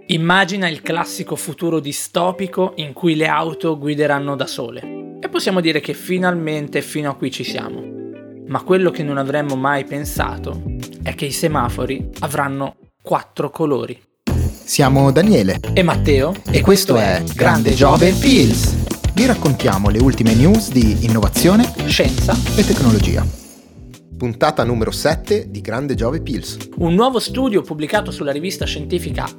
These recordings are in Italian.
Immagina il classico futuro distopico in cui le auto guideranno da sole. E possiamo dire che finalmente fino a qui ci siamo. Ma quello che non avremmo mai pensato è che i semafori avranno 4 colori. Siamo Daniele e Matteo e questo è Grande Giove Pills. Vi raccontiamo le ultime news di innovazione, scienza e tecnologia. Puntata numero 7 di Grande Giove Pills. Un nuovo studio pubblicato sulla rivista scientifica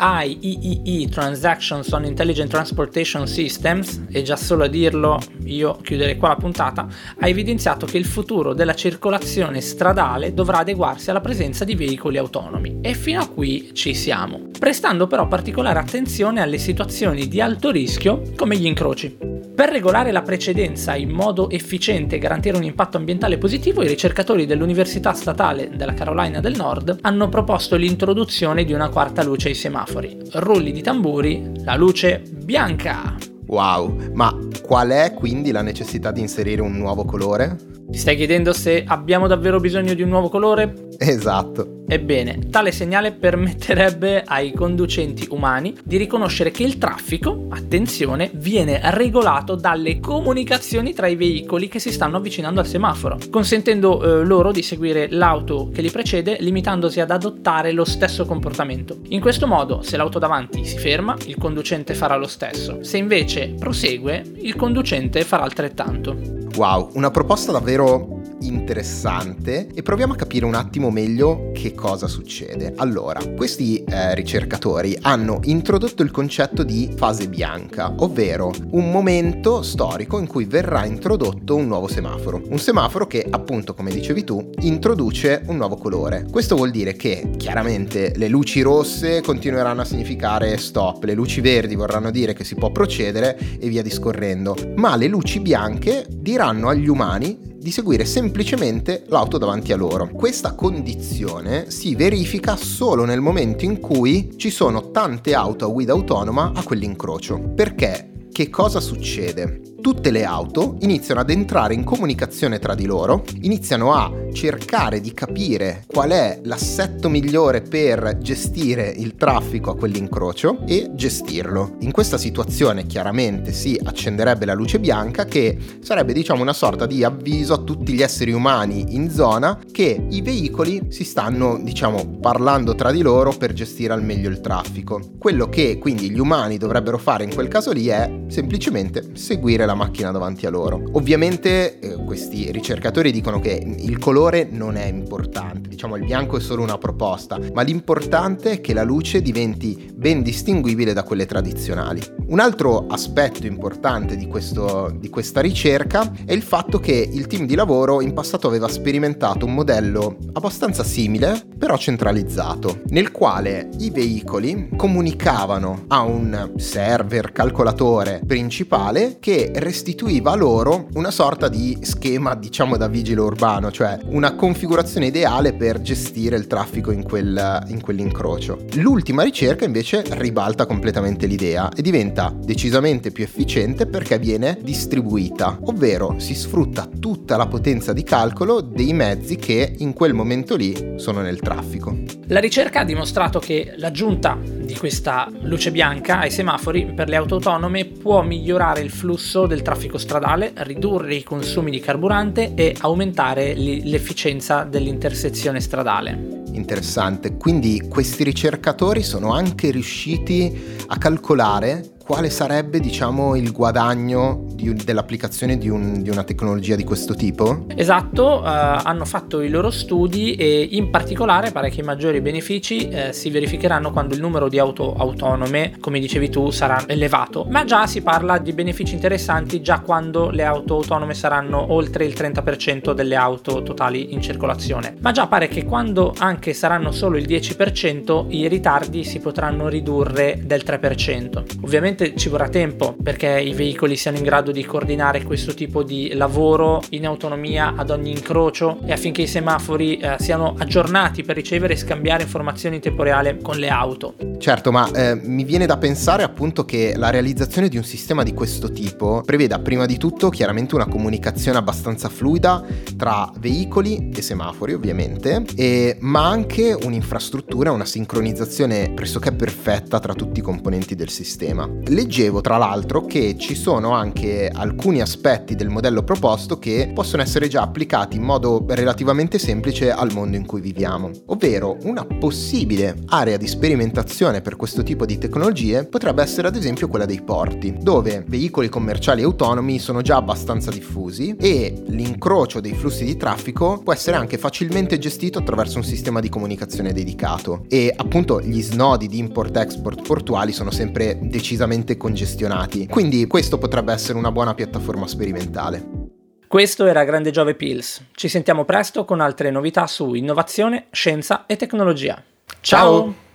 IEEE Transactions on Intelligent Transportation Systems, e già solo a dirlo io chiuderei qua la puntata, ha evidenziato che il futuro della circolazione stradale dovrà adeguarsi alla presenza di veicoli autonomi. E fino a qui ci siamo, prestando però particolare attenzione alle situazioni di alto rischio come gli incroci. Per regolare la precedenza in modo efficiente e garantire un impatto ambientale positivo, i ricercatori dell'Università Statale della Carolina del Nord hanno proposto l'introduzione di una quarta luce ai semafori. Rulli di tamburi, la luce bianca! Wow, ma qual è quindi la necessità di inserire un nuovo colore? Ti stai chiedendo se abbiamo davvero bisogno di un nuovo colore? Esatto. Ebbene, tale segnale permetterebbe ai conducenti umani di riconoscere che il traffico, attenzione, viene regolato dalle comunicazioni tra i veicoli che si stanno avvicinando al semaforo, consentendo loro di seguire l'auto che li precede, limitandosi ad adottare lo stesso comportamento. In questo modo, se l'auto davanti si ferma, il conducente farà lo stesso. Se invece prosegue, il conducente farà altrettanto. Wow, una proposta davvero interessante, e proviamo a capire un attimo meglio che cosa succede. Allora, questi ricercatori hanno introdotto il concetto di fase bianca, ovvero un momento storico in cui verrà introdotto un nuovo semaforo. Un semaforo che, appunto, come dicevi tu, introduce un nuovo colore. Questo vuol dire che chiaramente le luci rosse continueranno a significare stop, le luci verdi vorranno dire che si può procedere e via discorrendo, ma le luci bianche diranno agli umani di seguire semplicemente l'auto davanti a loro. Questa condizione si verifica solo nel momento in cui ci sono tante auto a guida autonoma a quell'incrocio. Perché? Che cosa succede? Tutte le auto iniziano ad entrare in comunicazione tra di loro, iniziano a cercare di capire qual è l'assetto migliore per gestire il traffico a quell'incrocio e gestirlo. In questa situazione chiaramente si accenderebbe la luce bianca, che sarebbe, diciamo, una sorta di avviso a tutti gli esseri umani in zona che i veicoli si stanno, diciamo, parlando tra di loro per gestire al meglio il traffico. Quello che quindi gli umani dovrebbero fare in quel caso lì è semplicemente seguire la macchina davanti a loro. Ovviamente questi ricercatori dicono che il colore non è importante, diciamo il bianco è solo una proposta, ma l'importante è che la luce diventi ben distinguibile da quelle tradizionali. Un altro aspetto importante di questa ricerca è il fatto che il team di lavoro in passato aveva sperimentato un modello abbastanza simile, però centralizzato, nel quale i veicoli comunicavano a un server calcolatore principale che restituiva loro una sorta di schema, diciamo, da vigile urbano, cioè una configurazione ideale per gestire il traffico in quell'incrocio. L'ultima ricerca invece ribalta completamente l'idea e diventa decisamente più efficiente perché viene distribuita, ovvero si sfrutta tutta la potenza di calcolo dei mezzi che in quel momento lì sono nel traffico. La ricerca ha dimostrato che l'aggiunta di questa luce bianca ai semafori per le auto autonome può migliorare il flusso del traffico stradale, ridurre i consumi di carburante e aumentare l'efficienza dell'intersezione stradale. Interessante, quindi questi ricercatori sono anche riusciti a calcolare quale sarebbe, diciamo, il guadagno dell'applicazione di una tecnologia di questo tipo? Esatto, hanno fatto i loro studi e in particolare pare che i maggiori benefici si verificheranno quando il numero di auto autonome, come dicevi tu, sarà elevato, ma già si parla di benefici interessanti già quando le auto autonome saranno oltre il 30% delle auto totali in circolazione, ma già pare che quando anche saranno solo il 10% i ritardi si potranno ridurre del 3%. Ovviamente ci vorrà tempo perché i veicoli siano in grado grado di coordinare questo tipo di lavoro in autonomia ad ogni incrocio e affinché i semafori siano aggiornati per ricevere e scambiare informazioni in tempo reale con le auto. Certo, ma mi viene da pensare appunto che la realizzazione di un sistema di questo tipo preveda prima di tutto chiaramente una comunicazione abbastanza fluida tra veicoli e semafori ovviamente, ma anche un'infrastruttura, una sincronizzazione pressoché perfetta tra tutti i componenti del sistema. Leggevo tra l'altro che ci sono anche alcuni aspetti del modello proposto che possono essere già applicati in modo relativamente semplice al mondo in cui viviamo, ovvero una possibile area di sperimentazione per questo tipo di tecnologie potrebbe essere ad esempio quella dei porti, dove veicoli commerciali autonomi sono già abbastanza diffusi e l'incrocio dei flussi di traffico può essere anche facilmente gestito attraverso un sistema di comunicazione dedicato e appunto gli snodi di import-export portuali sono sempre decisamente congestionati, quindi questo potrebbe essere una buona piattaforma sperimentale. Questo era Grande Giove Pills. Ci sentiamo presto con altre novità su innovazione, scienza e tecnologia. Ciao!